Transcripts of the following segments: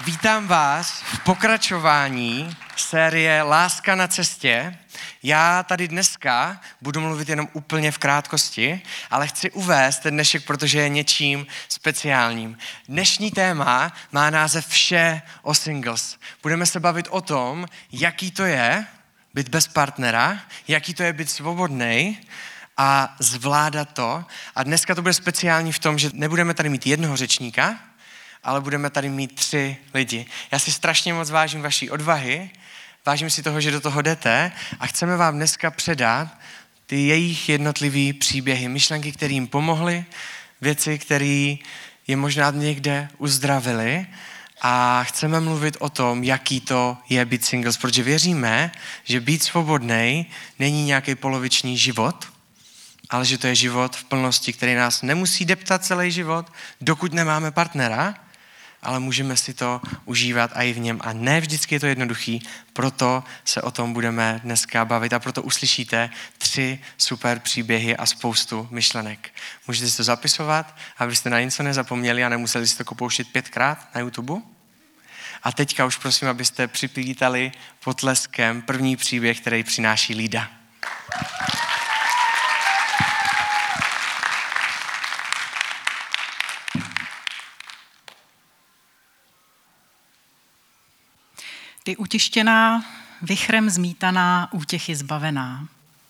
Vítám vás v pokračování série Láska na cestě. Já tady dneska budu mluvit jenom úplně v krátkosti, ale chci uvést ten dnešek, protože je něčím speciálním. Dnešní téma má název Vše o singles. Budeme se bavit o tom, jaký to je být bez partnera, jaký to je být svobodnej a zvládat to. A dneska to bude speciální v tom, že nebudeme tady mít jednoho řečníka, ale budeme tady mít 3 lidi. Já si strašně moc vážím vaší odvahy, vážím si toho, že do toho jdete a chceme vám dneska předat ty jejich jednotlivý příběhy, myšlenky, které jim pomohly, věci, které je možná někde uzdravily a chceme mluvit o tom, jaký to je být singles, protože věříme, že být svobodnej není nějaký poloviční život, ale že to je život v plnosti, který nás nemusí deptat celý život, dokud nemáme partnera, ale můžeme si to užívat i v něm. A ne vždycky je to jednoduchý, proto se o tom budeme dneska bavit a proto uslyšíte 3 super příběhy a spoustu myšlenek. Můžete si to zapisovat, abyste na něco nezapomněli a nemuseli si to kopouštět 5krát na YouTube. A teďka už prosím, abyste připítali potleskem první příběh, který přináší Lída. Ty utištěná, vichrem zmítaná, útěchy zbavená.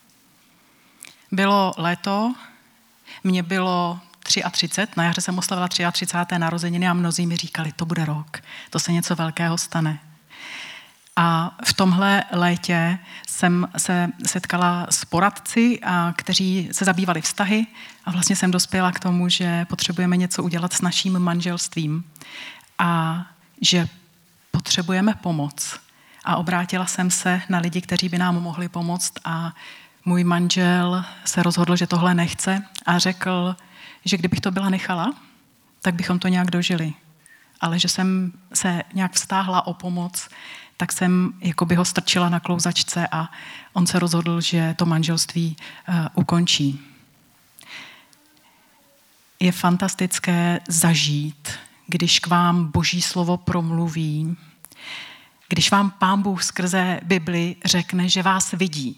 Bylo léto, mně bylo 33, na jaře jsem oslavila 33. narozeniny a mnozí mi říkali, to bude rok, to se něco velkého stane. A v tomhle létě jsem se setkala s poradci, kteří se zabývali vztahy a vlastně jsem dospěla k tomu, že potřebujeme něco udělat s naším manželstvím a že potřebujeme pomoc. A obrátila jsem se na lidi, kteří by nám mohli pomoct a můj manžel se rozhodl, že tohle nechce a řekl, že kdybych to byla nechala, tak bychom to nějak dožili. Ale že jsem se nějak vztáhla o pomoc, tak jsem jakoby ho strčila na klouzačce a on se rozhodl, že to manželství ukončí. Je fantastické zažít, když k vám Boží slovo promluví, když vám Pán Bůh skrze Bibli řekne, že vás vidí.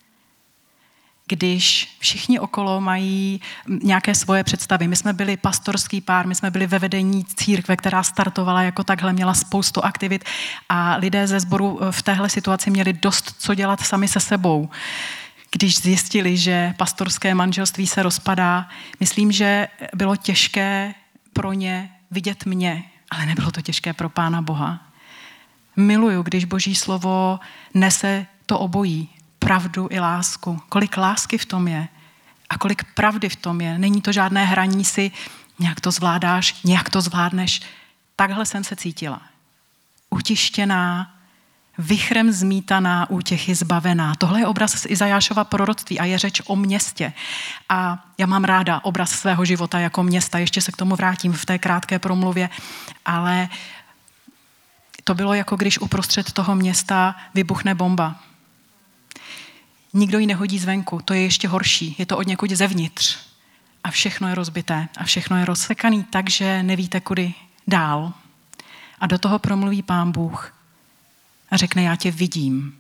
Když všichni okolo mají nějaké svoje představy. My jsme byli pastorský pár, my jsme byli ve vedení církve, která startovala jako takhle, měla spoustu aktivit a lidé ze sboru v téhle situaci měli dost co dělat sami se sebou. Když zjistili, že pastorské manželství se rozpadá, myslím, že bylo těžké pro ně vidět mě, ale nebylo to těžké pro Pána Boha. Miluju, když Boží slovo nese to obojí, pravdu i lásku. Kolik lásky v tom je a kolik pravdy v tom je. Není to žádné hraní si, nějak to zvládáš, nějak to zvládneš. Takhle jsem se cítila. Utištěná, vichrem zmítaná, útěchy zbavená. Tohle je obraz z Izajášova proroctví a je řeč o městě. A já mám ráda obraz svého života jako města, ještě se k tomu vrátím v té krátké promluvě, ale to bylo jako když uprostřed toho města vybuchne bomba. Nikdo ji nehodí zvenku, to je ještě horší, je to od někud zevnitř. A všechno je rozbité a všechno je rozsekaný, takže nevíte, kudy dál. A do toho promluví Pán Bůh a řekne, já tě vidím.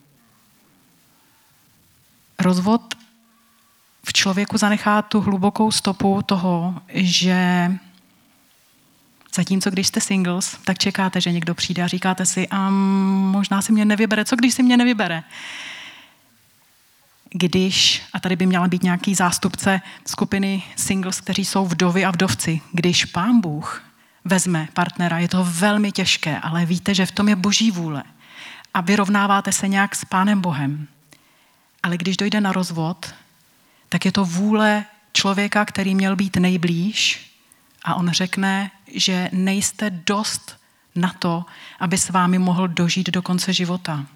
Rozvod v člověku zanechá tu hlubokou stopu toho, že zatímco když jste singles, tak čekáte, že někdo přijde a říkáte si, a možná si mě nevybere. Co když si mě nevybere? Když, a tady by měla být nějaký zástupce skupiny singles, kteří jsou vdovy a vdovci, když Pán Bůh vezme partnera, je to velmi těžké, ale víte, že v tom je Boží vůle. A vyrovnáváte se nějak s Pánem Bohem. Ale když dojde na rozvod, tak je to vůle člověka, který měl být nejblíž a on řekne, že nejste dost na to, aby s vámi mohl dožít do konce života.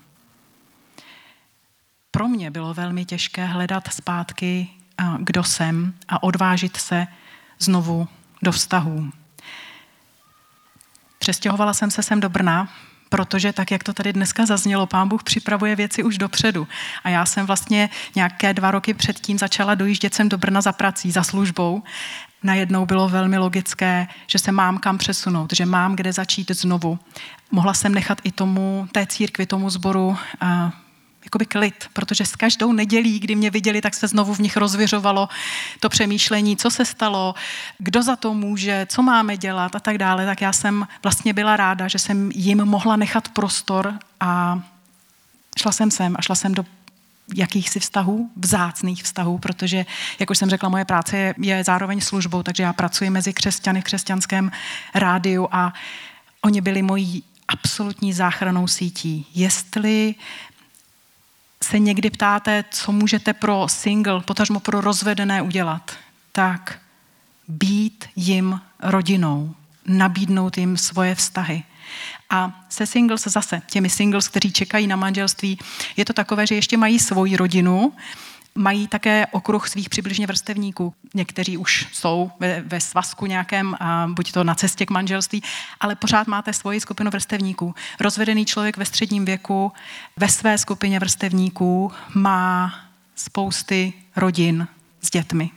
Pro mě bylo velmi těžké hledat zpátky, kdo jsem a odvážit se znovu do vztahů. Přestěhovala jsem se sem do Brna, protože tak, jak to tady dneska zaznělo, Pán Bůh připravuje věci už dopředu. A já jsem vlastně nějaké 2 roky předtím začala dojíždět sem do Brna za prací, za službou najednou bylo velmi logické, že se mám kam přesunout, že mám kde začít znovu. Mohla jsem nechat i té církvi, tomu sboru jakoby klid, protože s každou nedělí, kdy mě viděli, tak se znovu v nich rozviřovalo to přemýšlení, co se stalo, kdo za to může, co máme dělat a tak dále. Tak já jsem vlastně byla ráda, že jsem jim mohla nechat prostor a šla jsem sem a šla jsem do jakýchsi vztahů, vzácných vztahů, protože, jak už jsem řekla, moje práce je zároveň službou, takže já pracuji mezi křesťany v křesťanském rádiu a oni byli mojí absolutní záchrannou sítí. Jestli se někdy ptáte, co můžete pro single, potažmo pro rozvedené udělat, tak být jim rodinou, nabídnout jim svoje vztahy. A se singles zase, těmi singles, kteří čekají na manželství, je to takové, že ještě mají svoji rodinu, mají také okruh svých přibližně vrstevníků. Někteří už jsou ve svazku nějakém, buď to na cestě k manželství, ale pořád máte svoji skupinu vrstevníků. Rozvedený člověk ve středním věku ve své skupině vrstevníků má spousty rodin s dětmi.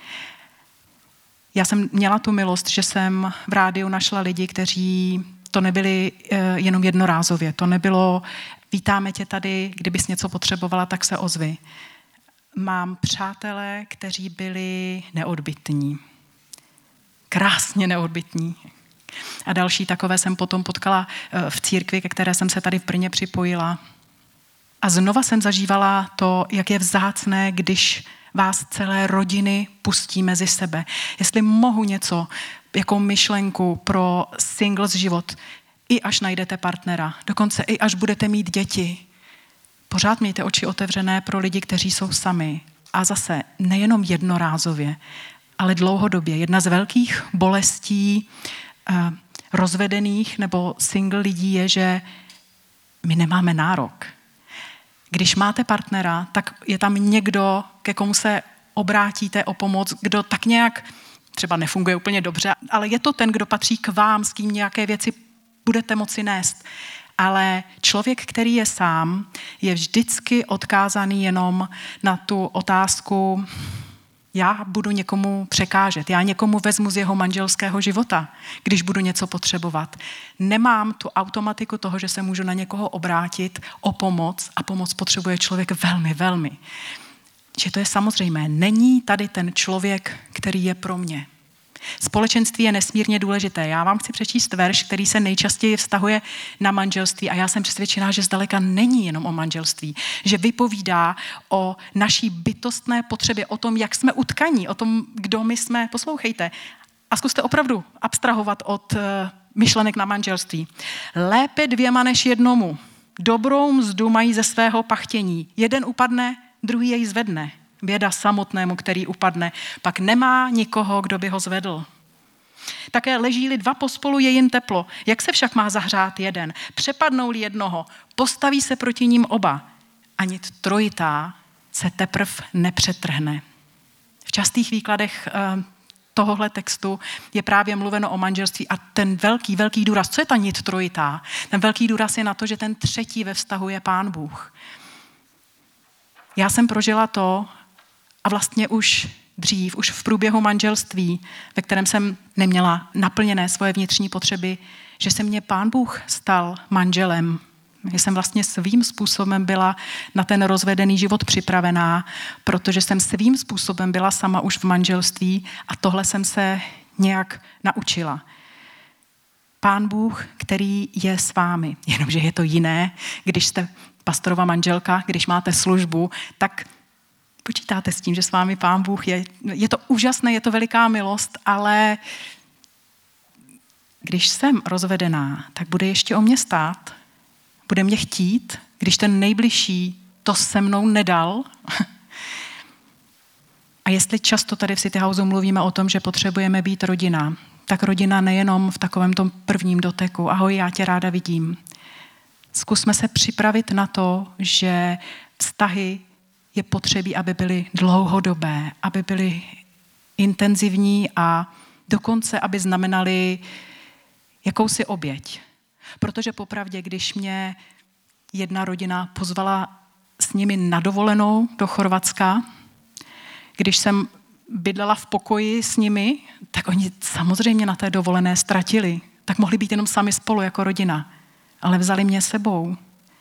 Já jsem měla tu milost, že jsem v rádiu našla lidi, kteří to nebyli jenom jednorázově. To nebylo, vítáme tě tady, kdybys něco potřebovala, tak se ozvi. Mám přátelé, kteří byli neodbytní. Krásně neodbytní. A další takové jsem potom potkala v církvi, ke které jsem se tady v Brně připojila. A znova jsem zažívala to, jak je vzácné, když vás celé rodiny pustí mezi sebe. Jestli mohu něco, jakou myšlenku pro singles život, i až najdete partnera, dokonce i až budete mít děti, pořád mějte oči otevřené pro lidi, kteří jsou sami. A zase nejenom jednorázově, ale dlouhodobě. Jedna z velkých bolestí rozvedených nebo single lidí je, že my nemáme nárok. Když máte partnera, tak je tam někdo, ke komu se obrátíte o pomoc, kdo tak nějak třeba nefunguje úplně dobře, ale je to ten, kdo patří k vám, s kým nějaké věci budete moci nést. Ale člověk, který je sám, je vždycky odkázaný jenom na tu otázku, já budu někomu překážet, já někomu vezmu z jeho manželského života, když budu něco potřebovat. Nemám tu automatiku toho, že se můžu na někoho obrátit o pomoc a pomoc potřebuje člověk velmi, velmi. Že to je samozřejmé. Není tady ten člověk, který je pro mě. Společenství je nesmírně důležité. Já vám chci přečíst verš, který se nejčastěji vztahuje na manželství a já jsem přesvědčená, že zdaleka není jenom o manželství. Že vypovídá o naší bytostné potřebě, o tom, jak jsme utkaní, o tom, kdo my jsme. Poslouchejte a zkuste opravdu abstrahovat od myšlenek na manželství. Lépe dvěma než jednomu. Dobrou mzdu mají ze svého pachtění. Jeden upadne, druhý jej zvedne. Běda samotnému, který upadne, pak nemá nikoho, kdo by ho zvedl. Také leží-li dva pospolu, je jim teplo. Jak se však má zahřát jeden? Přepadnou-li jednoho, postaví se proti ním oba. Ani trojitá se teprv nepřetrhne. V častých výkladech tohohle textu je právě mluveno o manželství a ten velký důraz. Co je ta nit trojitá? Ten velký důraz je na to, že ten třetí ve vztahu je Pán Bůh. Já jsem prožila to, a vlastně už dřív, už v průběhu manželství, ve kterém jsem neměla naplněné svoje vnitřní potřeby, že se mě Pán Bůh stal manželem. Já jsem vlastně svým způsobem byla na ten rozvedený život připravená, protože jsem svým způsobem byla sama už v manželství a tohle jsem se nějak naučila. Pán Bůh, který je s vámi, jenomže je to jiné, když jste pastorova manželka, když máte službu, tak počítáte s tím, že s vámi Pán Bůh je. Je to úžasné, je to veliká milost, ale když jsem rozvedená, tak bude ještě o mě stát, bude mě chtít, když ten nejbližší to se mnou nedal. A jestli často tady v City Houseu mluvíme o tom, že potřebujeme být rodina, tak rodina nejenom v takovém tom prvním doteku. Ahoj, já tě ráda vidím. Zkusme se připravit na to, že vztahy je potřebí, aby byly dlouhodobé, aby byly intenzivní a dokonce, aby znamenaly jakousi oběť. Protože popravdě, když mě jedna rodina pozvala s nimi na dovolenou do Chorvatska, když jsem bydlela v pokoji s nimi, tak oni samozřejmě na té dovolené ztratili. Tak mohli být jenom sami spolu jako rodina. Ale vzali mě sebou.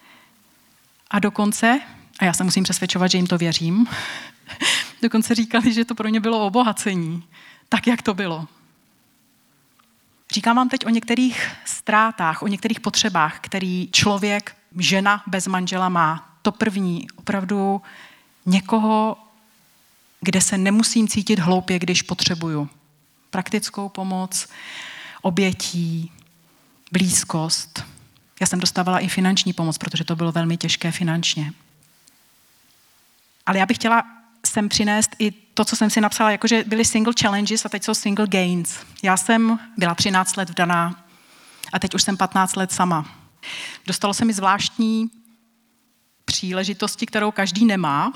A dokonce, a já se musím přesvědčovat, že jim to věřím, dokonce říkali, že to pro ně bylo obohacení. Tak, jak to bylo. Říkám vám teď o některých ztrátách, o některých potřebách, který člověk, žena bez manžela má. To první, opravdu někoho, kde se nemusím cítit hloupě, když potřebuju. Praktickou pomoc, obětí, blízkost. Já jsem dostávala i finanční pomoc, protože to bylo velmi těžké finančně. Ale já bych chtěla sem přinést i to, co jsem si napsala, jakože byly single challenges a teď jsou single gains. Já jsem byla 13 let vdaná a teď už jsem 15 let sama. Dostalo se mi zvláštní příležitosti, kterou každý nemá.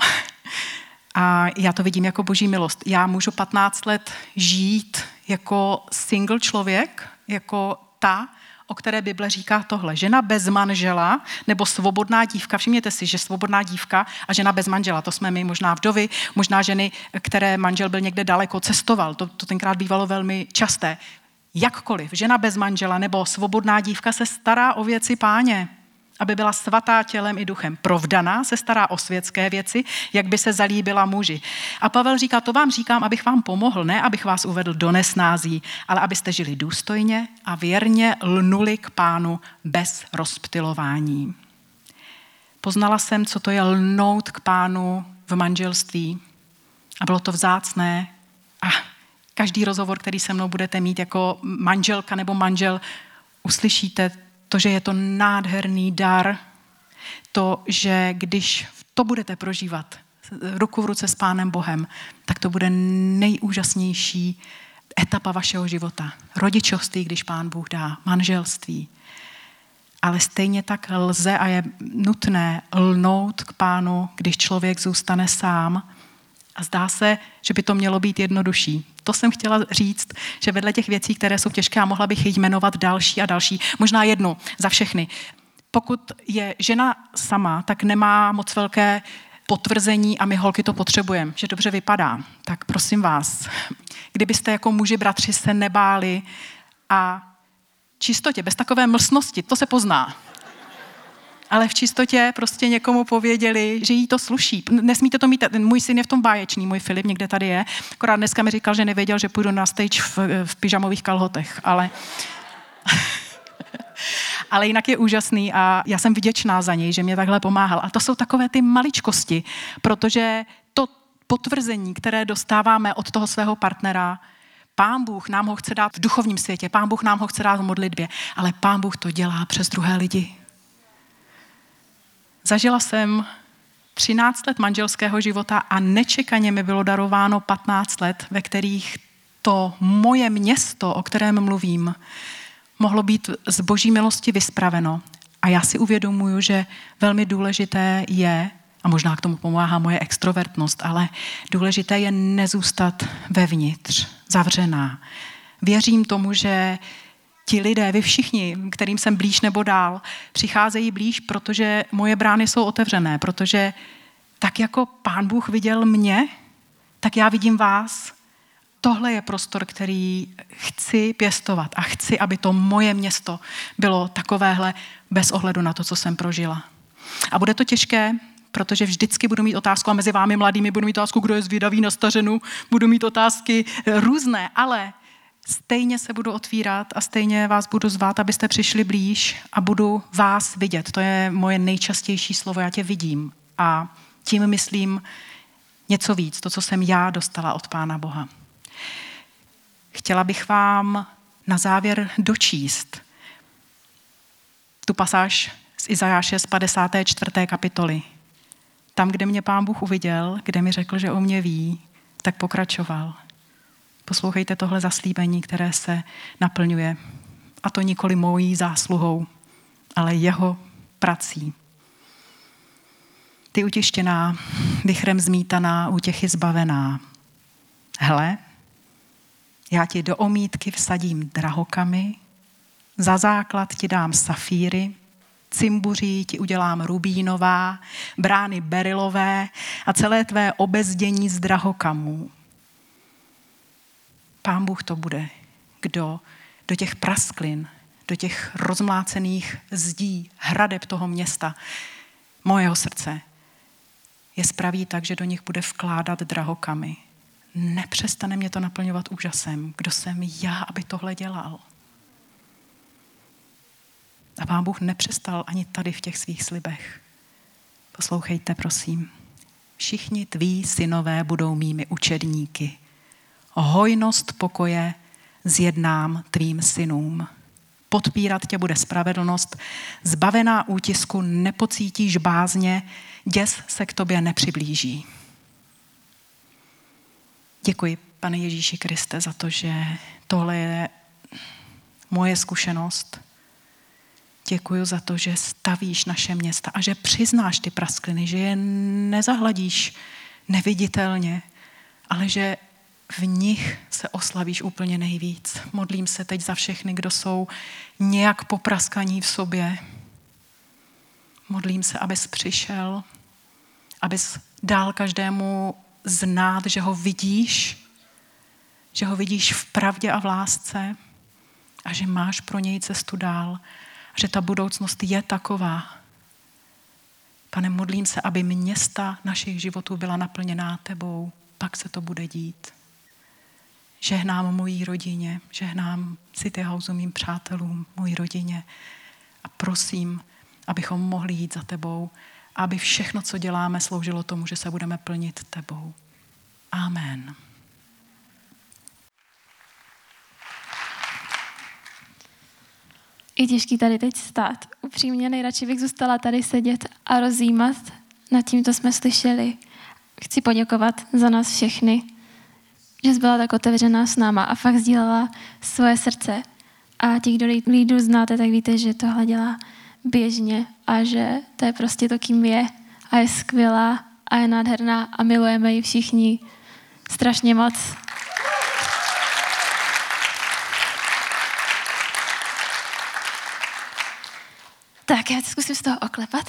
A já to vidím jako boží milost. Já můžu 15 let žít jako single člověk, jako ta, o které Bible říká tohle. Žena bez manžela nebo svobodná dívka. Všimněte si, že svobodná dívka a žena bez manžela, to jsme my, možná vdovy, možná ženy, které manžel byl někde daleko, cestoval. To tenkrát bývalo velmi časté. Jakkoliv, žena bez manžela nebo svobodná dívka se stará o věci Páně, aby byla svatá tělem i duchem. Provdaná se stará o světské věci, jak by se zalíbila muži. A Pavel říká, to vám říkám, abych vám pomohl, ne abych vás uvedl do nesnází, ale abyste žili důstojně a věrně lnuli k Pánu bez rozptylování. Poznala jsem, co to je lnout k Pánu v manželství. A bylo to vzácné. A každý rozhovor, který se mnou budete mít jako manželka nebo manžel, uslyšíte to, že je to nádherný dar, to, že když to budete prožívat ruku v ruce s Pánem Bohem, tak to bude nejúžasnější etapa vašeho života. Rodičovství, když Pán Bůh dá, manželství. Ale stejně tak lze a je nutné lnout k Pánu, když člověk zůstane sám. A zdá se, že by to mělo být jednodušší. To jsem chtěla říct, že vedle těch věcí, které jsou těžké, a mohla bych jich jmenovat další a další, možná jednu za všechny. Pokud je žena sama, tak nemá moc velké potvrzení a my holky to potřebujeme, že dobře vypadá. Tak prosím vás, kdybyste jako muži bratři se nebáli a čistotě, bez takové mlsnosti, to se pozná. Ale v čistotě prostě někomu pověděli, že jí to sluší. Nesmíte to mít, můj syn je v tom báječný, můj Filip někde tady je, akorát dneska mi říkal, že nevěděl, že půjdu na stage v pyžamových kalhotech, ale jinak je úžasný a já jsem vděčná za něj, že mě takhle pomáhal. A to jsou takové ty maličkosti, protože to potvrzení, které dostáváme od toho svého partnera, Pán Bůh nám ho chce dát v duchovním světě, Pán Bůh nám ho chce dát v modlitbě, ale Pán Bůh to dělá přes druhé lidi. Zažila jsem 13 let manželského života a nečekaně mi bylo darováno 15 let, ve kterých to moje město, o kterém mluvím, mohlo být z boží milosti vyspraveno. A já si uvědomuju, že velmi důležité je, a možná k tomu pomáhá moje extrovertnost, ale důležité je nezůstat vevnitř, zavřená. Věřím tomu, že ti lidé, vy všichni, kterým jsem blíž nebo dál, přicházejí blíž, protože moje brány jsou otevřené, protože tak jako Pán Bůh viděl mě, tak já vidím vás. Tohle je prostor, který chci pěstovat a chci, aby to moje město bylo takovéhle bez ohledu na to, co jsem prožila. A bude to těžké, protože vždycky budu mít otázku a mezi vámi mladými budu mít otázku, kdo je zvědavý na stařenu, budu mít otázky různé, ale stejně se budu otvírat a stejně vás budu zvát, abyste přišli blíž a budu vás vidět. To je moje nejčastější slovo, já tě vidím. A tím myslím něco víc, to, co jsem já dostala od Pána Boha. Chtěla bych vám na závěr dočíst tu pasáž z Izajáše z 54. kapitoly. Tam, kde mě Pán Bůh uviděl, kde mi řekl, že o mě ví, tak pokračoval. Poslouchejte tohle zaslíbení, které se naplňuje. A to nikoli mojí zásluhou, ale jeho prací. Ty utištěná, vichrem zmítaná, útěchy zbavená. Hle, já ti do omítky vsadím drahokamy, za základ ti dám safíry, cimbuří ti udělám rubínová, brány berilové a celé tvé obezdění z drahokamů. Pán Bůh to bude, kdo do těch prasklin, do těch rozmlácených zdí, hradeb toho města, mojeho srdce, je spraví tak, že do nich bude vkládat drahokamy. Nepřestane mě to naplňovat úžasem. Kdo jsem já, aby tohle dělal? A Pán Bůh nepřestal ani tady v těch svých slibech. Poslouchejte, prosím. Všichni tví synové budou mými učedníky. Hojnost pokoje zjednám tvým synům. Podpírat tě bude spravedlnost, zbavená útisku nepocítíš bázně, děs se k tobě nepřiblíží. Děkuji, Pane Ježíši Kriste, za to, že tohle je moje zkušenost. Děkuji za to, že stavíš naše města a že přiznáš ty praskliny, že je nezahladíš neviditelně, ale že v nich se oslavíš úplně nejvíc. Modlím se teď za všechny, kdo jsou nějak popraskaní v sobě. Modlím se, abys přišel, abys dal každému znát, že ho vidíš v pravdě a v lásce a že máš pro něj cestu dál a že ta budoucnost je taková. Pane, modlím se, aby města našich životů byla naplněná tebou, pak se to bude dít. Žehnám mojí rodině, žehnám City Houseu, mým přátelům, mojí rodině a prosím, abychom mohli jít za tebou, aby všechno, co děláme, sloužilo tomu, že se budeme plnit tebou. Amen. Je těžký tady teď stát. Upřímně nejradši bych zůstala tady sedět a rozjímat nad tím, co jsme slyšeli. Chci poděkovat za nás všechny, že jsi byla tak otevřená s náma a fakt sdílela svoje srdce. A ti, kdo Lídu znáte, tak víte, že tohle dělá běžně a že to je prostě to, kým je a je skvělá a je nádherná a milujeme ji všichni strašně moc. Tak já zkusím z toho oklepat.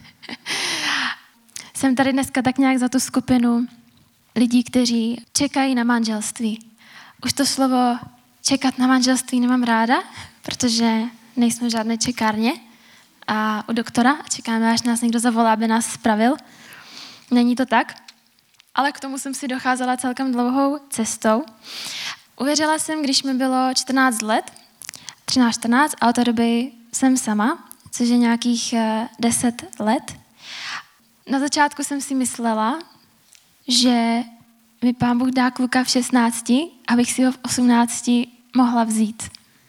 Jsem tady dneska tak nějak za tu skupinu lidí, kteří čekají na manželství. Už to slovo čekat na manželství nemám ráda, protože nejsme v žádné čekárně a u doktora a čekáme, až nás někdo zavolá, aby nás spravil. Není to tak, ale k tomu jsem si docházela celkem dlouhou cestou. Uvěřila jsem, když mi bylo 14 let, 13-14 a od té doby jsem sama, což je nějakých 10 let. Na začátku jsem si myslela, že mi Pán Bůh dá kluka v 16, abych si ho v 18 mohla vzít.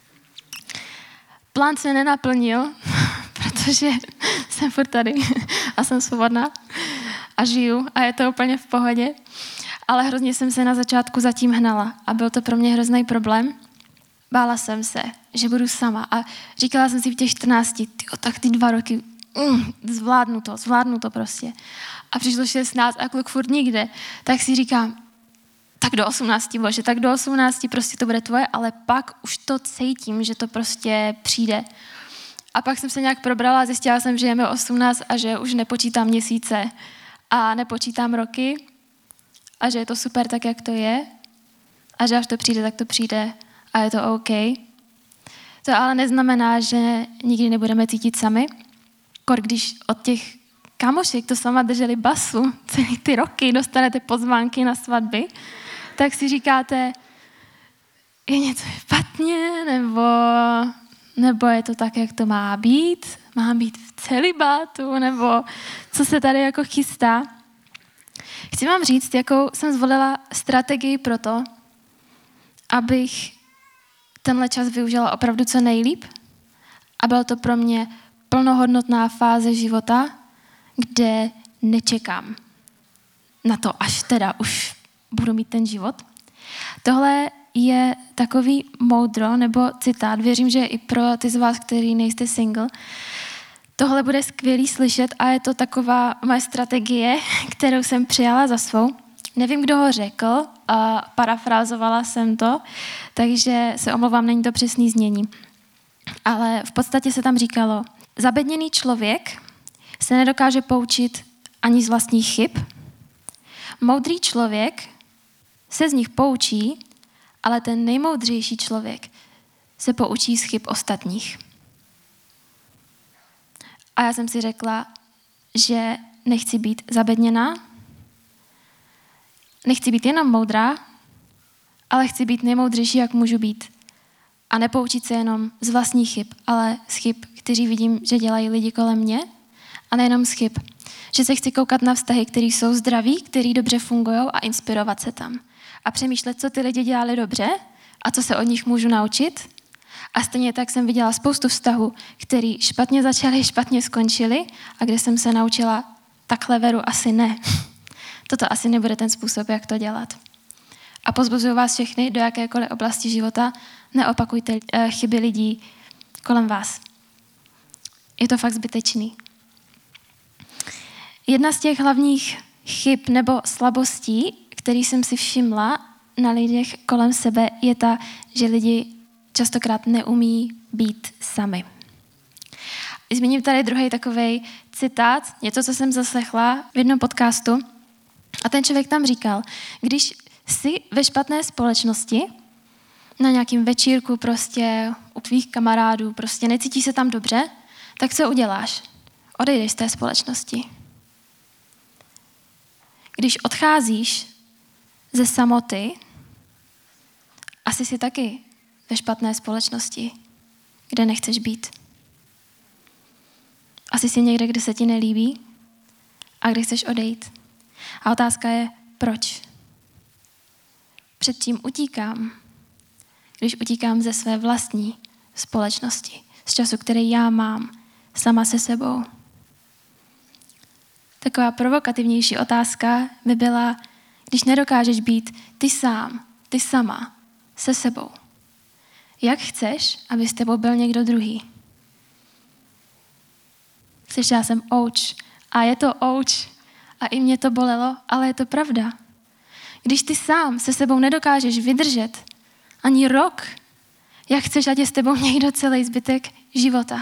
Plán se nenaplnil, protože jsem furt tady a jsem svobodná a žiju a je to úplně v pohodě. Ale hrozně jsem se na začátku zatím hnala a byl to pro mě hrozný problém. Bála jsem se, že budu sama a říkala jsem si v těch 14, tak ty 2 roky, zvládnu to prostě. A přišlo 16 a kluk furt nikde, tak si říkám, tak do 18, bože, tak do 18 prostě to bude tvoje, ale pak už to cítím, že to prostě přijde. A pak jsem se nějak probrala a zjistila jsem, že je mi 18 a že už nepočítám měsíce a nepočítám roky a že je to super tak, jak to je a že až to přijde, tak to přijde a je to OK. To ale neznamená, že nikdy nebudeme cítit sami. Když od těch kamošek to sama drželi basu celý ty roky, dostanete pozvánky na svatby, tak si říkáte, je něco špatně, nebo je to tak, jak to má být v celibátu, nebo co se tady jako chystá. Chci vám říct, jakou jsem zvolila strategii pro to, abych tenhle čas využila opravdu co nejlíp a byla to pro mě plnohodnotná fáze života, kde nečekám na to, až teda už budu mít ten život. Tohle je takový moudro nebo citát, věřím, že i pro ty z vás, kteří nejste single, tohle bude skvělý slyšet a je to taková moje strategie, kterou jsem přijala za svou. Nevím, kdo ho řekl, a parafrázovala jsem to, takže se omlouvám, není to přesný znění. Ale v podstatě se tam říkalo, zabedněný člověk se nedokáže poučit ani z vlastních chyb. Moudrý člověk se z nich poučí ale ten nejmoudřejší člověk se poučí z chyb ostatních. A já jsem si řekla, že nechci být zabedněná, nechci být jenom moudrá, ale chci být nejmoudřejší, jak můžu být. A nepoučit se jenom z vlastních chyb, ale z chyb, kteří vidím, že dělají lidi kolem mě. A nejenom z chyb. Že se chci koukat na vztahy, které jsou zdraví, které dobře fungují a inspirovat se tam. A přemýšlet, co ty lidi dělali dobře a co se od nich můžu naučit. A stejně tak jsem viděla spoustu vztahů, které špatně začaly, špatně skončily a kde jsem se naučila, takhle veru asi ne. Toto asi nebude ten způsob, jak to dělat. A pozbuzuju vás všechny do jakékoliv oblasti života, neopakujte chyby lidí kolem vás. Je to fakt zbytečný. Jedna z těch hlavních chyb nebo slabostí, který jsem si všimla na lidech kolem sebe, je ta, že lidi častokrát neumí být sami. Zmíním tady druhý takovej citát, něco, co jsem zaslechla v jednom podcastu. A ten člověk tam říkal, když jsi ve špatné společnosti, na nějakým večírku prostě u tvých kamarádů, prostě necítíš se tam dobře, tak co uděláš? Odejdeš z té společnosti. Když odcházíš ze samoty, asi jsi taky ve špatné společnosti, kde nechceš být. Asi jsi někde, kde se ti nelíbí a kde chceš odejít. A otázka je, proč? Před čím utíkám? Když utíkám ze své vlastní společnosti, z času, který já mám, sama se sebou. Taková provokativnější otázka by byla, když nedokážeš být ty sám, ty sama, se sebou. Jak chceš, aby s tebou byl někdo druhý? Slyšela jsem ouch. A je to ouch. A i mě to bolelo, ale je to pravda. Když ty sám se sebou nedokážeš vydržet ani rok, jak chceš, ať je s tebou někdo celý zbytek života?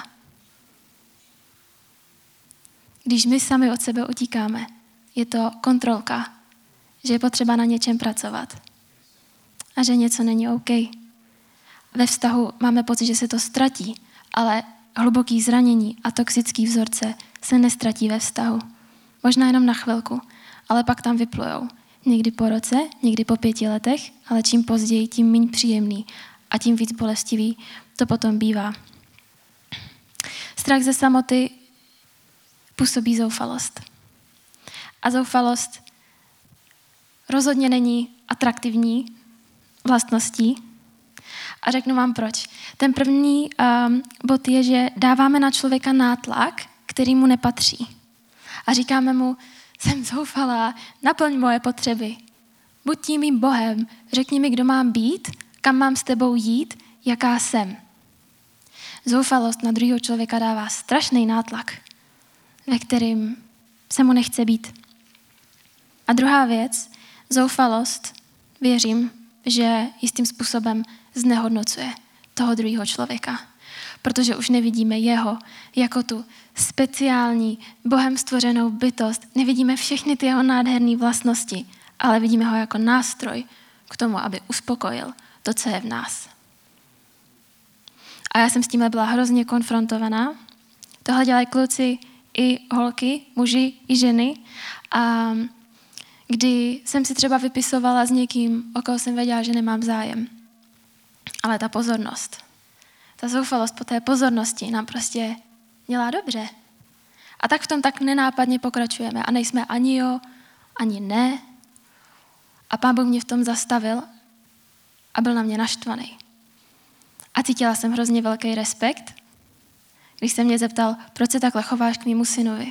Když my sami od sebe utíkáme, je to kontrolka, že je potřeba na něčem pracovat a že něco není OK. Ve vztahu máme pocit, že se to ztratí, ale hluboký zranění a toxický vzorce se nestratí ve vztahu. Možná jenom na chvilku, ale pak tam vyplujou. Někdy po roce, někdy po 5 letech, ale čím později, tím méně příjemný a tím víc bolestivý to potom bývá. Strach ze samoty působí zoufalost. A zoufalost rozhodně není atraktivní vlastností. A řeknu vám proč. Ten první bod je, že dáváme na člověka nátlak, který mu nepatří. A říkáme mu, jsem zoufalá, naplň moje potřeby. Buď tím mým Bohem, řekni mi, kdo mám být, kam mám s tebou jít, jaká jsem. Zoufalost na druhého člověka dává strašný nátlak, ve kterým se mu nechce být. A druhá věc, zoufalost, věřím, že jistým způsobem znehodnocuje toho druhého člověka. Protože už nevidíme jeho jako tu speciální, Bohem stvořenou bytost. Nevidíme všechny ty jeho nádherné vlastnosti, ale vidíme ho jako nástroj k tomu, aby uspokojil to, co je v nás. A já jsem s tímhle byla hrozně konfrontovaná. Tohle dělají kluci i holky, muži i ženy. A kdy jsem si třeba vypisovala s někým, o koho jsem věděla, že nemám zájem. Ale ta pozornost, ta zoufalost po té pozornosti nám prostě dělá dobře. A tak v tom tak nenápadně pokračujeme a nejsme ani jo, ani ne. A Pán Bůh mě v tom zastavil a byl na mě naštvaný. A cítila jsem hrozně velký respekt, když se mě zeptal, proč se takhle chováš k mému synovi.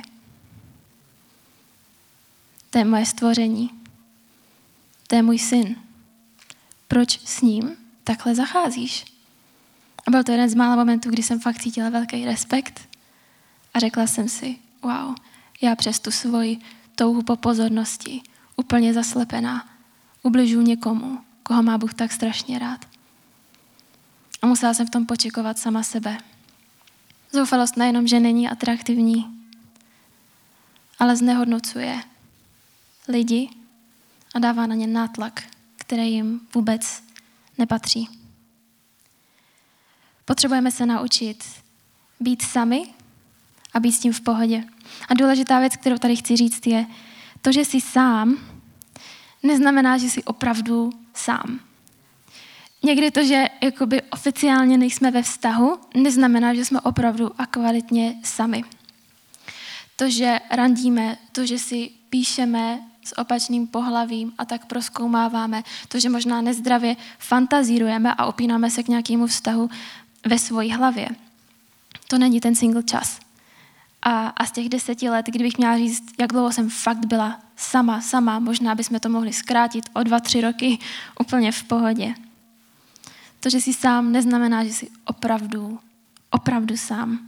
To je moje stvoření. To je můj syn. Proč s ním takhle zacházíš? A byl to jeden z mála momentů, kdy jsem fakt cítila velký respekt a řekla jsem si, wow, já přes tu svoji touhu po pozornosti, úplně zaslepená, ubližuji někomu, koho má Bůh tak strašně rád. A musela jsem v tom počekovat sama sebe. Zoufalost nejenom, že není atraktivní, ale znehodnocuje lidi a dává na ně nátlak, který jim vůbec nepatří. Potřebujeme se naučit být sami a být s tím v pohodě. A důležitá věc, kterou tady chci říct, je to, že jsi sám, neznamená, že jsi opravdu sám. Někdy to, že jakoby oficiálně nejsme ve vztahu, neznamená, že jsme opravdu a kvalitně sami. To, že randíme, to, že si píšeme s opačným pohlavím a tak prozkoumáváme, to, že možná nezdravě fantazírujeme a opínáme se k nějakému vztahu ve svojí hlavě. To není ten single čas. A z těch 10 let, kdybych měla říct, jak dlouho jsem fakt byla sama, možná bychom to mohli zkrátit o 2-3 roky úplně v pohodě. To, že jsi sám, neznamená, že jsi opravdu sám.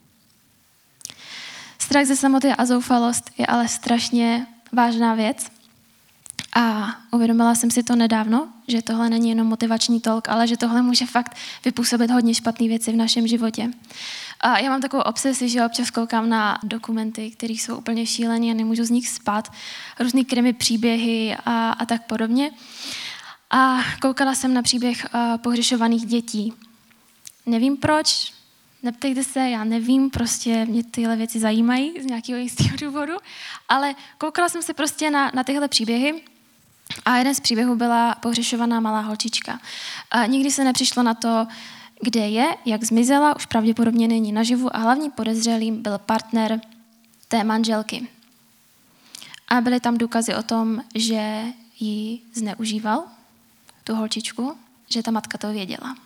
Strach ze samoty a zoufalost je ale strašně vážná věc. A uvědomila jsem si to nedávno, že tohle není jenom motivační talk, ale že tohle může fakt vypůsobit hodně špatné věci v našem životě. A já mám takovou obsesi, že občas koukám na dokumenty, které jsou úplně šílené a nemůžu z nich spát. Různý krimi příběhy a tak podobně. A koukala jsem na příběh pohřešovaných dětí. Nevím proč, neptejte se, já nevím, prostě mě tyhle věci zajímají z nějakého jistého důvodu, ale koukala jsem se prostě na tyhle příběhy a jeden z příběhů byla pohřešovaná malá holčička. A nikdy se nepřišlo na to, kde je, jak zmizela, už pravděpodobně není naživu a hlavní podezřelým byl partner té manželky. A byly tam důkazy o tom, že ji zneužíval, tu holčičku, že ta matka to věděla.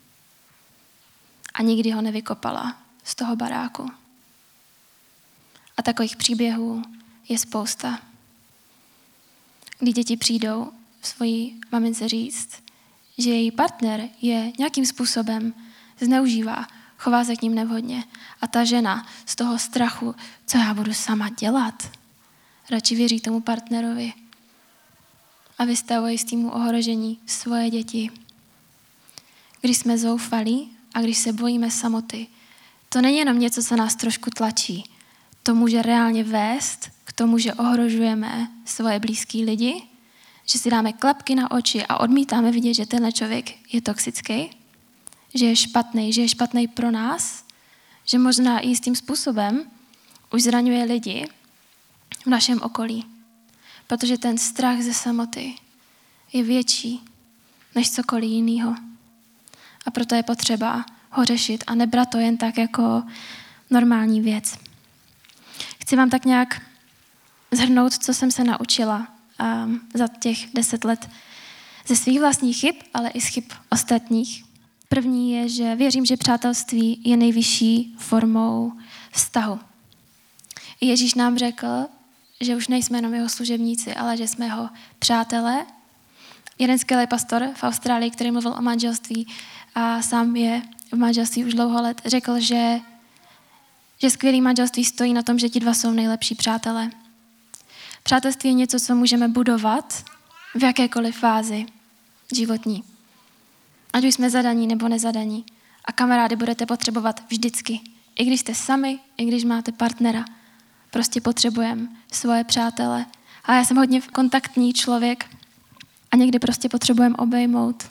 A nikdy ho nevykopala z toho baráku. A takových příběhů je spousta. Kdy děti přijdou svojí mamince říct, že její partner je nějakým způsobem zneužívá, chová se k ním nevhodně. A ta žena z toho strachu, co já budu sama dělat, radši věří tomu partnerovi a vystavuje jistému ohrožení svoje děti. Když jsme zoufalí a když se bojíme samoty, to není jenom něco, co nás trošku tlačí. To může reálně vést k tomu, že ohrožujeme svoje blízký lidi, že si dáme klapky na oči a odmítáme vidět, že tenhle člověk je toxický, že je špatný pro nás, že možná i jistým způsobem už zraňuje lidi v našem okolí. Protože ten strach ze samoty je větší než cokoliv jiného. A proto je potřeba ho řešit a nebrat to jen tak jako normální věc. Chci vám tak nějak shrnout, co jsem se naučila za těch 10 let ze svých vlastních chyb, ale i z chyb ostatních. První je, že věřím, že přátelství je nejvyšší formou vztahu. Ježíš nám řekl, že už nejsme jenom jeho služebníci, ale že jsme jeho přátelé. Jeden skvělý pastor v Austrálii, který mluvil o manželství a sám je v manželství už dlouho let, řekl, že skvělý manželství stojí na tom, že ti dva jsou nejlepší přátelé. Přátelství je něco, co můžeme budovat v jakékoliv fázi životní. Ať už jsme zadaní nebo nezadaní. A kamarády budete potřebovat vždycky. I když jste sami, i když máte partnera. Prostě potřebujeme svoje přátele. A já jsem hodně kontaktní člověk a někdy prostě potřebujeme obejmout.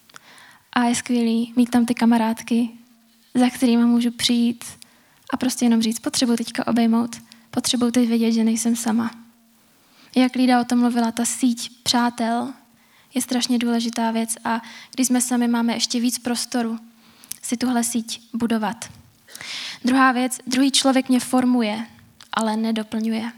A je skvělý mít tam ty kamarádky, za kterými můžu přijít a prostě jenom říct, potřebuji teďka obejmout, potřebuji teď vědět, že nejsem sama. Jak Lída o tom mluvila, ta síť přátel je strašně důležitá věc a když jsme sami, máme ještě víc prostoru si tuhle síť budovat. Druhá věc, druhý člověk mě formuje, ale nedoplňuje.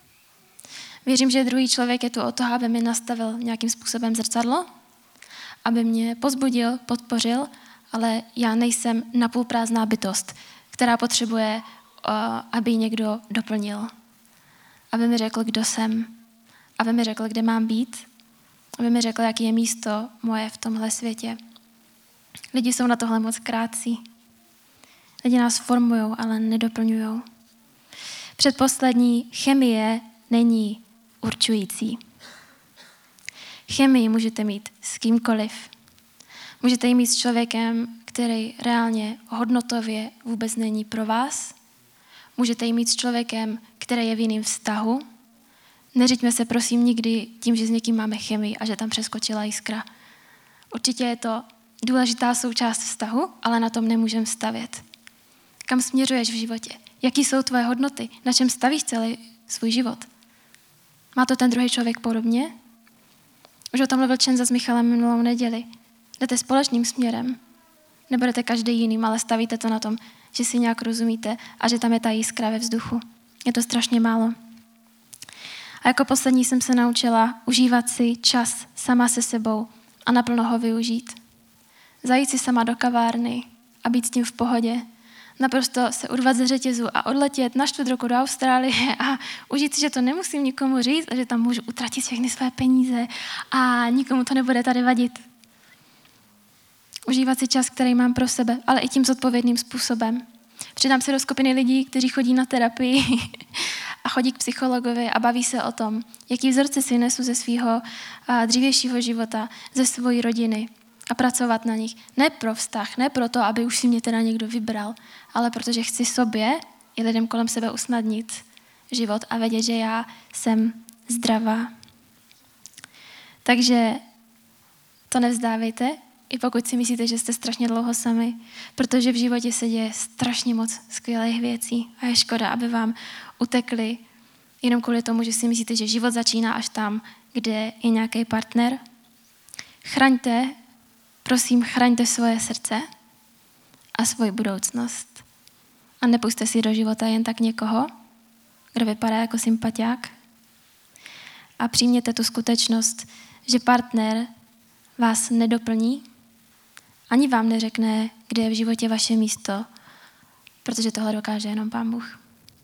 Věřím, že druhý člověk je tu o toho, aby mi nastavil nějakým způsobem zrcadlo, aby mě pozbudil, podpořil, ale já nejsem napůl prázdná bytost, která potřebuje, aby ji někdo doplnil. Aby mi řekl, kdo jsem, aby mi řekl, kde mám být, aby mi řekl, jaký je místo moje v tomhle světě. Lidi jsou na tohle moc krátcí. Lidi nás formujou, ale nedoplňujou. Předposlední, chemie není určující. Chemii můžete mít s kýmkoliv. Můžete ji mít s člověkem, který reálně hodnotově vůbec není pro vás. Můžete ji mít s člověkem, který je v jiném vztahu. Neřiďme se prosím nikdy tím, že s někým máme chemii a že tam přeskočila jiskra. Určitě je to důležitá součást vztahu, ale na tom nemůžeme stavět. Kam směřuješ v životě? Jaký jsou tvoje hodnoty? Na čem stavíš celý svůj život? Má to ten druhý člověk podobně? Už o tom mluvil Čenza s Michalem minulou neděli. Jdete společným směrem? Nebo jdete každý jiným, ale stavíte to na tom, že si nějak rozumíte a že tam je ta jiskra ve vzduchu. Je to strašně málo. A jako poslední jsem se naučila užívat si čas sama se sebou a naplno ho využít. Zajít si sama do kavárny a být s tím v pohodě. Naprosto se urvat ze řetězu a odletět na 4 roku do Austrálie a užít si, že to nemusím nikomu říct a že tam můžu utratit všechny své peníze a nikomu to nebude tady vadit. Užívat si čas, který mám pro sebe, ale i tím zodpovědným způsobem. Přidám se do skupiny lidí, kteří chodí na terapii a chodí k psychologovi a baví se o tom, jaký vzorce si nesu ze svého dřívějšího života, ze své rodiny a pracovat na nich. Ne pro vztah, ne proto, aby už si mě teda někdo vybral, ale protože chci sobě i lidem kolem sebe usnadnit život a vědět, že já jsem zdravá. Takže to nevzdávejte, i pokud si myslíte, že jste strašně dlouho sami, protože v životě se děje strašně moc skvělých věcí a je škoda, aby vám utekli jenom kvůli tomu, že si myslíte, že život začíná až tam, kde je nějaký partner. Chraňte svoje srdce a svoji budoucnost. A nepusťte si do života jen tak někoho, kdo vypadá jako sympatiák. A přijměte tu skutečnost, že partner vás nedoplní, ani vám neřekne, kde je v životě vaše místo, protože tohle dokáže jenom Pán Bůh.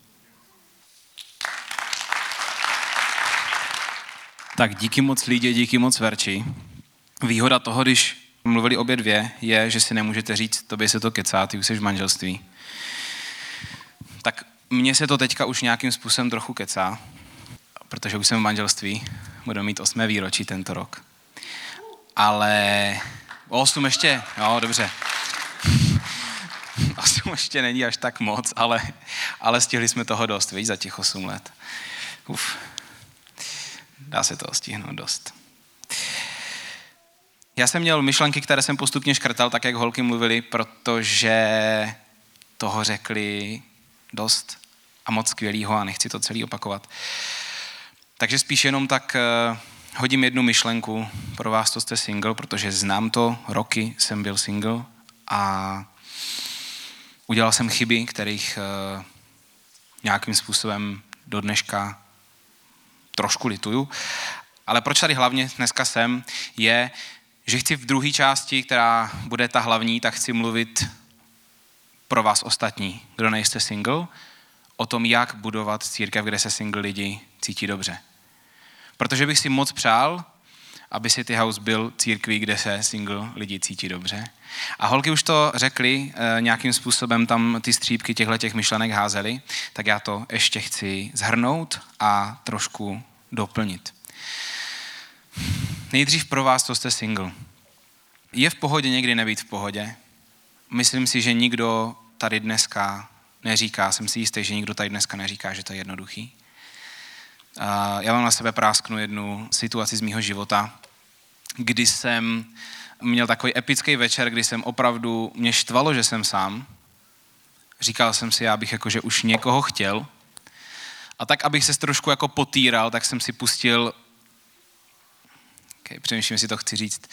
Tak díky moc Lídě, díky moc Verči. Výhoda toho, když mluvili obě dvě, je, že si nemůžete říct, tobě se to kecá, ty už jsi v manželství. Tak mně se to teďka už nějakým způsobem trochu kecá, protože už jsem v manželství, budu mít 8. výročí tento rok. Ale 8 ještě, jo, dobře. 8 ještě není až tak moc, ale stihli jsme toho dost, víš, za těch 8 let. Dá se toho stihnout dost. Já jsem měl myšlenky, které jsem postupně škrtal, tak jak holky mluvily, protože toho řekli dost a moc skvělýho a nechci to celý opakovat. Takže spíš jenom tak hodím jednu myšlenku pro vás, co jste single, protože znám to, roky jsem byl single a udělal jsem chyby, kterých nějakým způsobem do dneška trošku lituju. Ale proč tady hlavně dneska jsem, je, že chci v druhé části, která bude ta hlavní, tak chci mluvit pro vás ostatní, kdo nejste single, o tom, jak budovat církev, kde se single lidi cítí dobře. Protože bych si moc přál, aby City House byl církví, kde se single lidi cítí dobře. A holky už to řekly, nějakým způsobem tam ty střípky těchto myšlenek házely, tak já to ještě chci shrnout a trošku doplnit. Nejdřív pro vás, co jste single. Je v pohodě někdy nebýt v pohodě? Myslím si, že nikdo tady dneska neříká, jsem si jistý, že nikdo tady dneska neříká, že to je jednoduchý. Já vám na sebe prásknu jednu situaci z mýho života, kdy jsem měl takový epický večer, kdy jsem opravdu, mě štvalo, že jsem sám. Říkal jsem si, já bych jakože už někoho chtěl. A tak, abych se trošku jako potýral, tak jsem si pustil, přemýšlím, jestli to chci říct.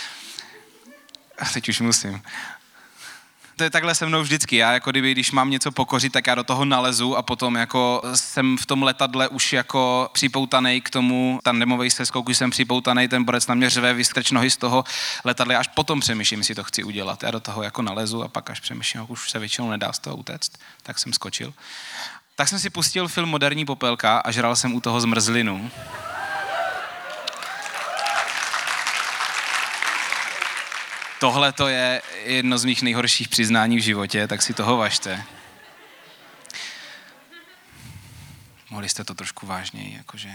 A teď už musím. To je takhle se mnou vždycky. Já jako když mám něco pokořit, tak já do toho nalezu a potom jako jsem v tom letadle už jako připoutanej k tomu tandemovej seskouk, už jsem připoutanej, ten borec na mě řve, vystrč nohy z toho letadla, až potom přemýšlím, jestli to chci udělat. Já do toho jako nalezu a pak až přemýšlím, už se většinou nedá z toho utéct, tak jsem skočil. Tak jsem si pustil film Moderní popelka a žral jsem u toho zmrzlinu. Tohle to je jedno z mých nejhorších přiznání v životě, tak si toho važte. Mohli jste to trošku vážněji, jakože...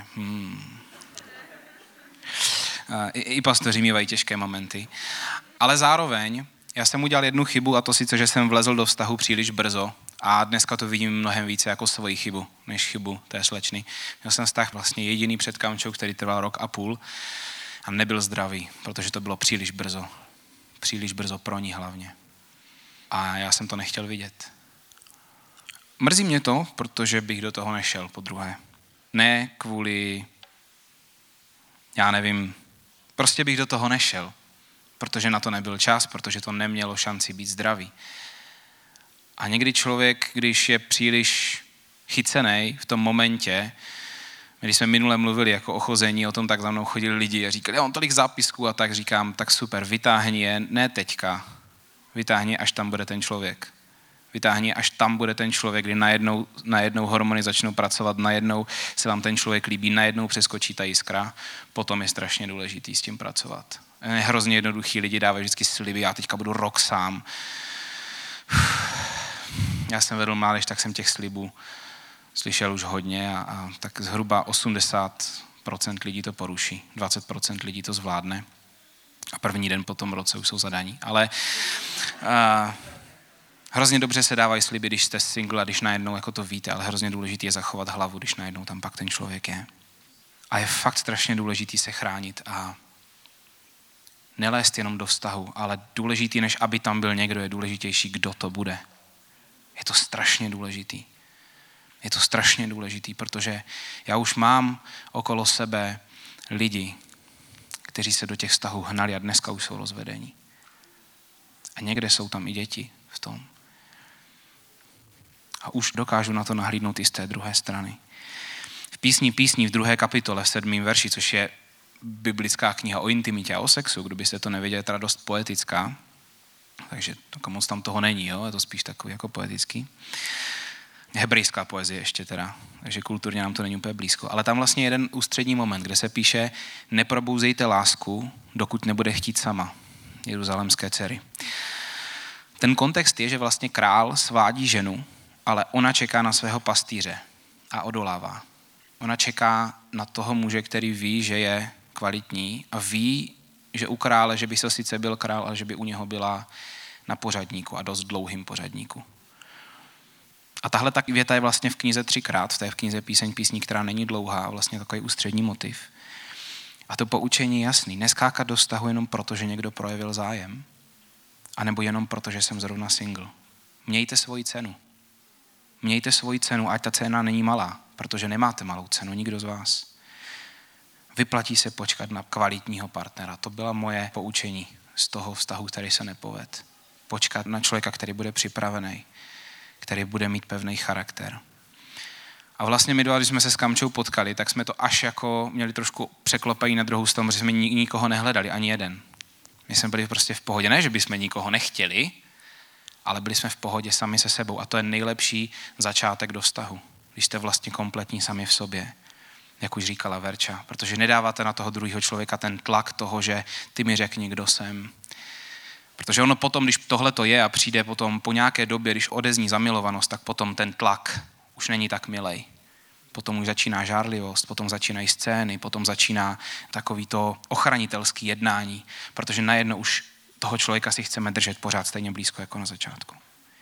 I pastoři mývají těžké momenty. Ale zároveň já jsem udělal jednu chybu, a to sice, že jsem vlezl do vztahu příliš brzo. A dneska to vidím mnohem více jako svoji chybu, než chybu té slečny. Měl jsem vztah vlastně jediný před Kamčou, který trval 1,5 roku. A nebyl zdravý, protože to bylo příliš brzo. Příliš brzo pro ní hlavně. A já jsem to nechtěl vidět. Mrzí mě to, protože bych do toho nešel podruhé. Ne kvůli, já nevím, prostě bych do toho nešel, protože na to nebyl čas, protože to nemělo šanci být zdravý. A někdy člověk, když je příliš chycenej v tom momentě, když jsme minule mluvili jako o chození, o tom, tak za mnou chodili lidi a říkali, já mám tolik zápisků a tak říkám, tak super, vytáhni je, ne teďka, vytáhni, až tam bude ten člověk. Vytáhni, až tam bude ten člověk, kdy najednou hormony začnou pracovat, najednou se vám ten člověk líbí, najednou přeskočí ta jiskra, potom je strašně důležitý s tím pracovat. Hrozně jednoduchý lidi dávají vždycky sliby, já teďka budu rok sám. Já jsem vedl mládež, tak jsem těch slibů slyšel už hodně a tak zhruba 80% lidí to poruší, 20% lidí to zvládne a první den po tom roce už jsou zadaní. Ale hrozně dobře se dávají sliby, když jste single a když najednou jako to víte, ale hrozně důležité je zachovat hlavu, když najednou tam pak ten člověk je. A je fakt strašně důležitý se chránit a nelézt jenom do vztahu, ale důležitý, než aby tam byl někdo, je důležitější, kdo to bude. Je to strašně důležitý. Je to strašně důležitý, protože já už mám okolo sebe lidi, kteří se do těch vztahů hnali a dneska už jsou rozvedení. A někde jsou tam i děti v tom. A už dokážu na to nahlídnout i z té druhé strany. V písní v 2. kapitole, v 7. verši, což je biblická kniha o intimitě a o sexu, kdo byste to nevěděli, je teda dost poetická, takže moc tam toho není, jo? Je to spíš takový jako poetický. Hebrejská poezie ještě teda, takže kulturně nám to není úplně blízko. Ale tam vlastně jeden ústřední moment, kde se píše neprobouzejte lásku, dokud nebude chtít sama. Jeruzalémské dcery. Ten kontext je, že vlastně král svádí ženu, ale ona čeká na svého pastýře a odolává. Ona čeká na toho muže, který ví, že je kvalitní a ví, že u krále, že by se sice byl král, ale že by u něho byla na pořadníku a dost dlouhým pořadníku. A tahle tak věta je vlastně v knize 3krát, v té knize písní, která není dlouhá, vlastně takový ústřední motiv. A to poučení je jasný. Neskákat do vztahu jenom proto, že někdo projevil zájem, anebo jenom proto, že jsem zrovna single. Mějte svoji cenu. Mějte svoji cenu, ať ta cena není malá, protože nemáte malou cenu, nikdo z vás. Vyplatí se počkat na kvalitního partnera. To byla moje poučení z toho vztahu, který se nepovedl. Počkat na člověka, který bude připravený, který bude mít pevný charakter. A vlastně my dva, když jsme se s Kamčou potkali, tak jsme to až jako měli trošku překlopají na druhou stranu, protože jsme nikoho nehledali, ani jeden. My jsme byli prostě v pohodě. Ne, že bychom nikoho nechtěli, ale byli jsme v pohodě sami se sebou. A to je nejlepší začátek do vztahu, když jste vlastně kompletní sami v sobě, jak už říkala Verča. Protože nedáváte na toho druhého člověka ten tlak toho, že ty mi řekni, kdo jsem. Protože ono potom, když tohle to je a přijde potom po nějaké době, když odezní zamilovanost, tak potom ten tlak už není tak milej. Potom už začíná žárlivost, potom začínají scény, potom začíná takový to ochranitelský jednání, protože najednou už toho člověka si chceme držet pořád stejně blízko jako na začátku.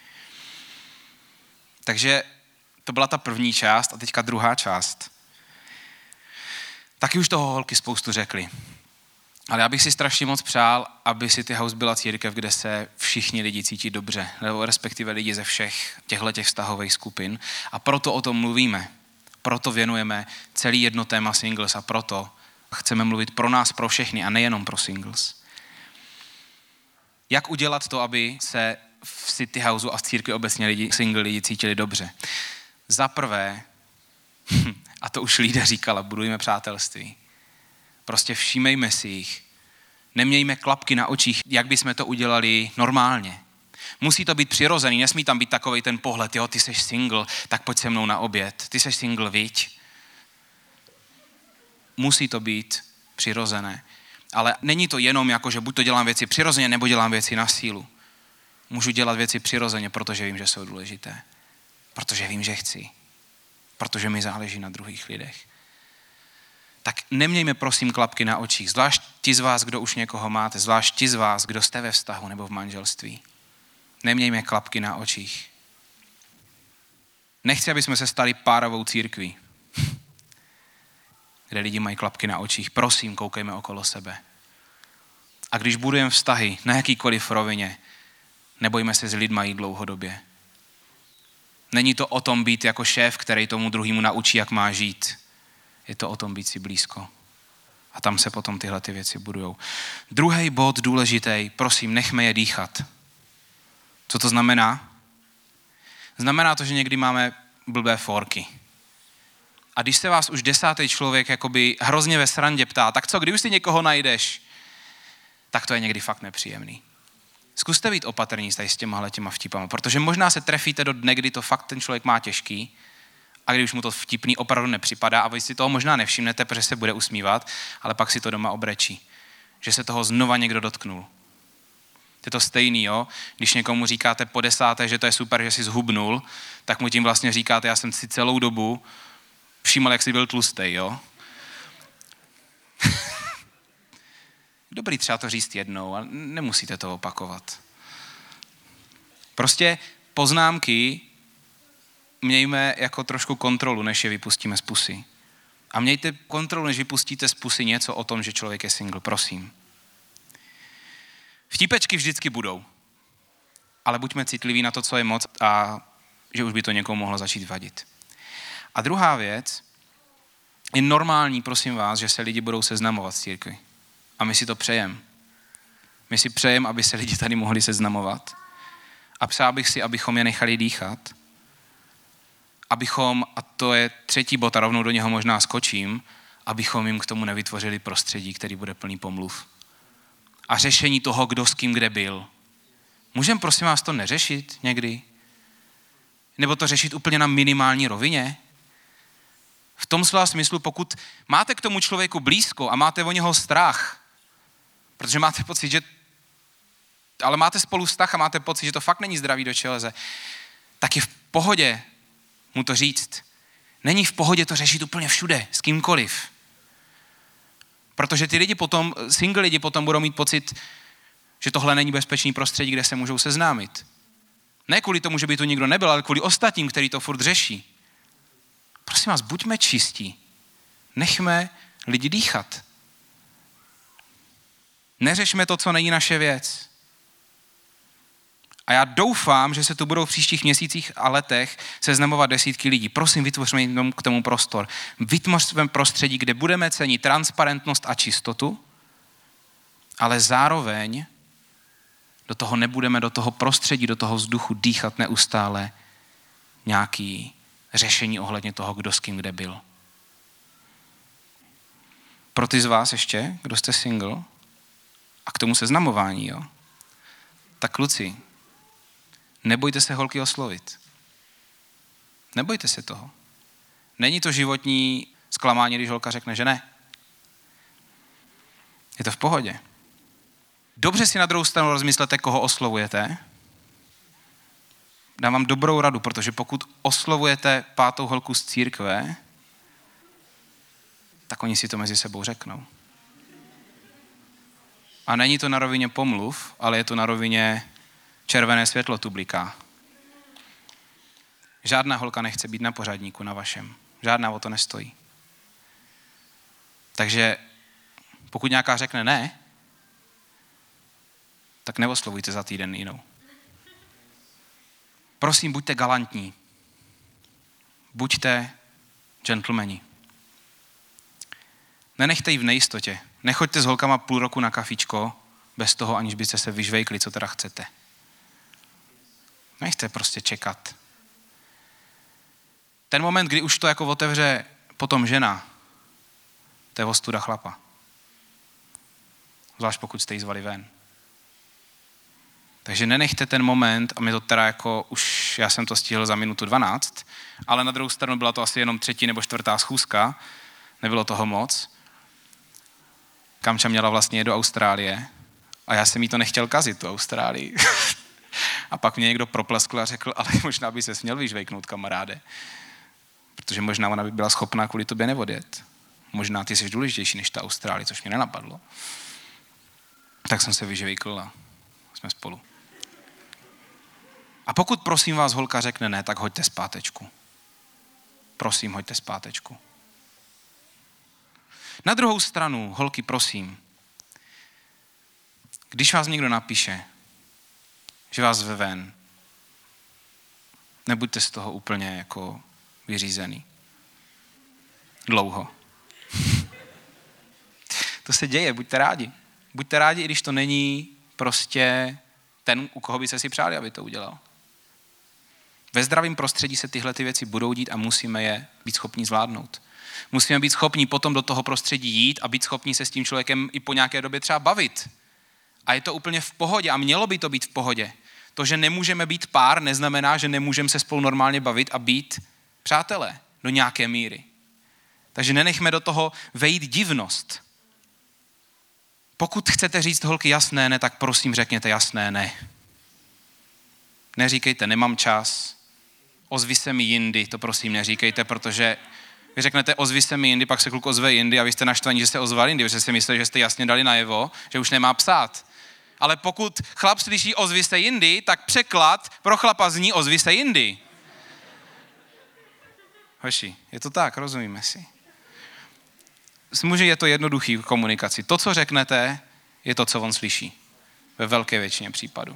Takže to byla ta první část a teďka druhá část. Taky už toho holky spoustu řekli. Ale já bych si strašně moc přál, aby City House byla církev, kde se všichni lidi cítí dobře, nebo respektive lidi ze všech těchto vztahových skupin. A proto o tom mluvíme. Proto věnujeme celý jedno téma singles a proto chceme mluvit pro nás, pro všechny a nejenom pro singles. Jak udělat to, aby se v City Houseu a v církvi obecně single lidi cítili dobře? Za prvé, a to už Lída říkala, budujme přátelství. Prostě všímejme si jich. Nemějme klapky na očích, jak bychom to udělali normálně. Musí to být přirozený, nesmí tam být takovej ten pohled, jo, ty seš single, tak pojď se mnou na oběd. Ty seš single, viď? Musí to být přirozené. Ale není to jenom jako, že buď to dělám věci přirozeně, nebo dělám věci na sílu. Můžu dělat věci přirozeně, protože vím, že jsou důležité. Protože vím, že chci. Protože mi záleží na druhých lidech. Tak nemějme prosím klapky na očích. Zvlášť ti z vás, kdo už někoho máte. Zvlášť ti z vás, kdo jste ve vztahu nebo v manželství. Nemějme klapky na očích. Nechci, aby jsme se stali párovou církví. kde lidi mají klapky na očích. Prosím, koukejme okolo sebe. A když budujeme vztahy na jakýkoliv rovině, nebojme se s lidma jít dlouhodobě. Není to o tom být jako šéf, který tomu druhému naučí, jak má žít. Je to o tom být si blízko. A tam se potom tyhle ty věci budujou. Druhý bod důležitý, prosím, nechme je dýchat. Co to znamená? Znamená to, že někdy máme blbé forky. A když se vás už 10. člověk jakoby hrozně ve srandě ptá, tak co, kdy už si někoho najdeš, tak to je někdy fakt nepříjemný. Zkuste být opatrní s těma vtipama, protože možná se trefíte do dne, kdy to fakt ten člověk má těžký a když mu to vtipný opravdu nepřipadá a vy si toho možná nevšimnete, protože se bude usmívat, ale pak si to doma obrečí, že se toho znova někdo dotknul. Je to stejný, jo? Když někomu říkáte po 10., že to je super, že jsi zhubnul, tak mu tím vlastně říkáte, já jsem si celou dobu všímal, jak jsi byl tlustej, jo? Dobrý třeba to říct jednou a nemusíte to opakovat. Prostě poznámky mějme jako trošku kontrolu, než je vypustíme z pusy. A mějte kontrolu, než vypustíte z pusy něco o tom, že člověk je single, prosím. Vtípečky vždycky budou, ale buďme citliví na to, co je moc a že už by to někomu mohlo začít vadit. A druhá věc, je normální, prosím vás, že se lidi budou seznamovat s církví. A my si to přejeme. My si přejeme, aby se lidi tady mohli seznamovat. A přál bych si, abychom je nechali dýchat. Abychom, a to je třetí bod a rovnou do něho možná skočím, abychom jim k tomu nevytvořili prostředí, který bude plný pomluv. A řešení toho, kdo s kým kde byl. Můžeme prosím vás to neřešit někdy? Nebo to řešit úplně na minimální rovině? V tom slova smyslu, pokud máte k tomu člověku blízko a máte o něho strach, protože máte pocit, že ale máte spolu vztah a máte pocit, že to fakt není zdravý, do čeho leze, tak je v pohodě mu to říct. Není v pohodě to řešit úplně všude, s kýmkoliv. Protože ty lidi potom, single lidi potom budou mít pocit, že tohle není bezpečný prostředí, kde se můžou seznámit. Ne kvůli tomu, že by tu nikdo nebyl, ale kvůli ostatním, který to furt řeší. Prosím vás, buďme čistí. Nechme lidi dýchat. Neřešme to, co není naše věc. A já doufám, že se tu budou v příštích měsících a letech seznamovat desítky lidí. Prosím, vytvořme jenom k tomu prostor. Vytvořme prostředí, kde budeme cenit transparentnost a čistotu, ale zároveň do toho nebudeme, do toho prostředí, do toho vzduchu dýchat neustále nějaký řešení ohledně toho, kdo s kým kde byl. Pro ty z vás ještě, kdo jste single, a k tomu seznamování, jo, tak kluci, nebojte se holky oslovit. Nebojte se toho. Není to životní zklamání, když holka řekne, že ne. Je to v pohodě. Dobře si na druhou stranu rozmyslete, koho oslovujete. Dám vám dobrou radu, protože pokud oslovujete 5. holku z církve, tak oni si to mezi sebou řeknou. A není to na rovině pomluv, ale je to na rovině červené světlo tu bliká. Žádná holka nechce být na pořadníku na vašem. Žádná o to nestojí. Takže pokud nějaká řekne ne, tak neoslovujte za týden jinou. Prosím, buďte galantní. Buďte gentlemani. Nenechte ji v nejistotě. Nechoďte s holkama půl roku na kafičko, bez toho, aniž byste se vyžvejkli, co teda chcete. Nechte prostě čekat. Ten moment, kdy už to jako otevře potom žena, to je ostuda chlapa. Zvlášť pokud jste jí zvali ven. Takže nenechte ten moment, a my to teda jako už, já jsem to stihl za 1:12, ale na druhou stranu byla to asi jenom 3. nebo 4. schůzka, nebylo toho moc. Kamča měla vlastně do Austrálie a já jsem jí to nechtěl kazit, tu Austrálii. A pak mě někdo propleskl a řekl, ale možná by se směl vyžvejknout, kamaráde. Protože možná ona by byla schopná kvůli tobě neodjet. Možná ty jsi důležitější než ta Austrálie, což mě nenapadlo. Tak jsem se vyžvejkl a jsme spolu. A pokud prosím vás holka řekne ne, tak hoďte zpátečku. Prosím, hoďte zpátečku. Na druhou stranu, holky, prosím, když vás někdo napíše, že vás zve ven, nebuďte z toho úplně jako vyřízený. Dlouho. To se děje, buďte rádi. Buďte rádi, i když to není prostě ten, u koho byste si přáli, aby to udělal. Ve zdravém prostředí se tyhle ty věci budou dít a musíme je být schopni zvládnout. Musíme být schopni potom do toho prostředí jít a být schopni se s tím člověkem i po nějaké době třeba bavit. A je to úplně v pohodě a mělo by to být v pohodě. To, že nemůžeme být pár, neznamená, že nemůžeme se spolu normálně bavit a být přátelé do nějaké míry. Takže nenechme do toho vejít divnost. Pokud chcete říct holky jasné ne, tak prosím řekněte jasné ne. Neříkejte nemám čas, ozvi se mi jindy, to prosím neříkejte, protože vy řeknete ozvi se mi jindy, pak se kluk ozve jindy a vy jste naštvaní, že jste ozval jindy, protože si mysleli, že jste jasně dali najevo, že už nemá psát. Ale pokud chlap slyší ozvi se jindy, tak překlad pro chlapa zní ozvi se jindy. Hoši, je to tak, rozumíme si. S muži je to jednoduchý v komunikaci. To, co řeknete, je to, co on slyší. Ve velké většině případů.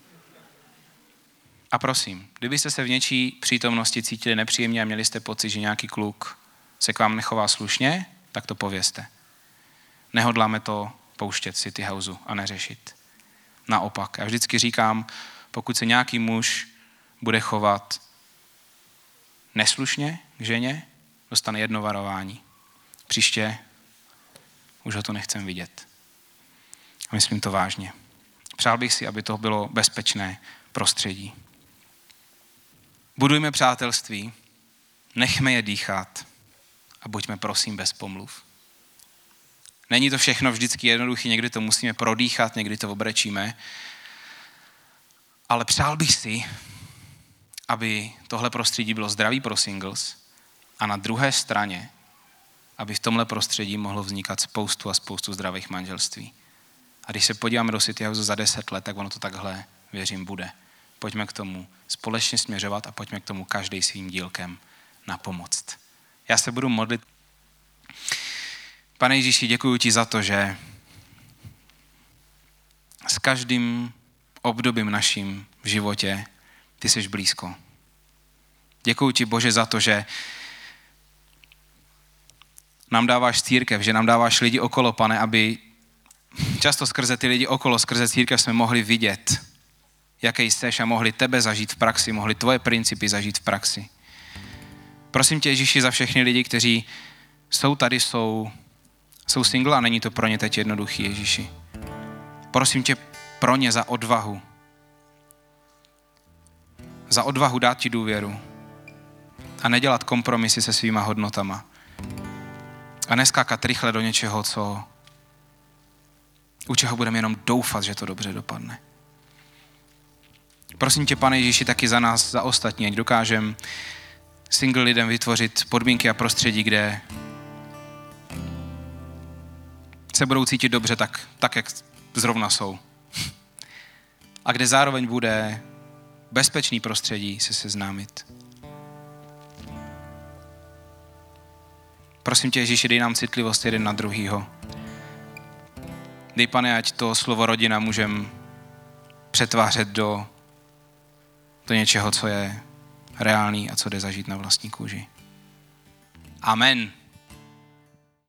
A prosím, kdybyste se v něčí přítomnosti cítili nepříjemně a měli jste pocit, že nějaký kluk se k vám nechová slušně, tak to povězte. Nehodláme to pouštět City Houseu a neřešit. Naopak, já vždycky říkám, pokud se nějaký muž bude chovat neslušně k ženě, dostane jedno varování. Příště už ho to nechcem vidět. A myslím to vážně. Přál bych si, aby to bylo bezpečné prostředí. Budujme přátelství, nechme je dýchat a buďme prosím bez pomluv. Není to všechno vždycky jednoduché, někdy to musíme prodýchat, někdy to obrečíme, ale přál bych si, aby tohle prostředí bylo zdravý pro singles a na druhé straně, aby v tomhle prostředí mohlo vznikat spoustu a spoustu zdravých manželství. A když se podíváme do City Houseu za 10 let, tak ono to takhle, věřím, bude. Pojďme k tomu společně směřovat a pojďme k tomu každý svým dílkem napomoct. Já se budu modlit. Pane Ježíši, děkuji ti za to, že s každým obdobím naším v životě ty jsi blízko. Děkuji ti, Bože, za to, že nám dáváš církev, že nám dáváš lidi okolo, Pane, aby často skrze ty lidi okolo, skrze církev jsme mohli vidět, jaký jsteš a mohli tebe zažít v praxi, mohli tvoje principy zažít v praxi. Prosím tě, Ježíši, za všechny lidi, kteří jsou tady, jsou single a není to pro ně teď jednoduchý, Ježíši. Prosím tě pro ně za odvahu. Za odvahu dát ti důvěru a nedělat kompromisy se svýma hodnotama. A neskákat rychle do něčeho, u čeho budeme jenom doufat, že to dobře dopadne. Prosím tě, Pane Ježíši, taky za nás, za ostatní, ať dokážeme single lidem vytvořit podmínky a prostředí, kde se budou cítit dobře tak jak zrovna jsou. A kde zároveň bude bezpečný prostředí se seznámit. Prosím tě, Ježíši, dej nám citlivost jeden na druhýho. Dej, Pane, ať to slovo rodina můžeme přetvářet do něčeho, co je reálný a co jde zažít na vlastní kůži. Amen.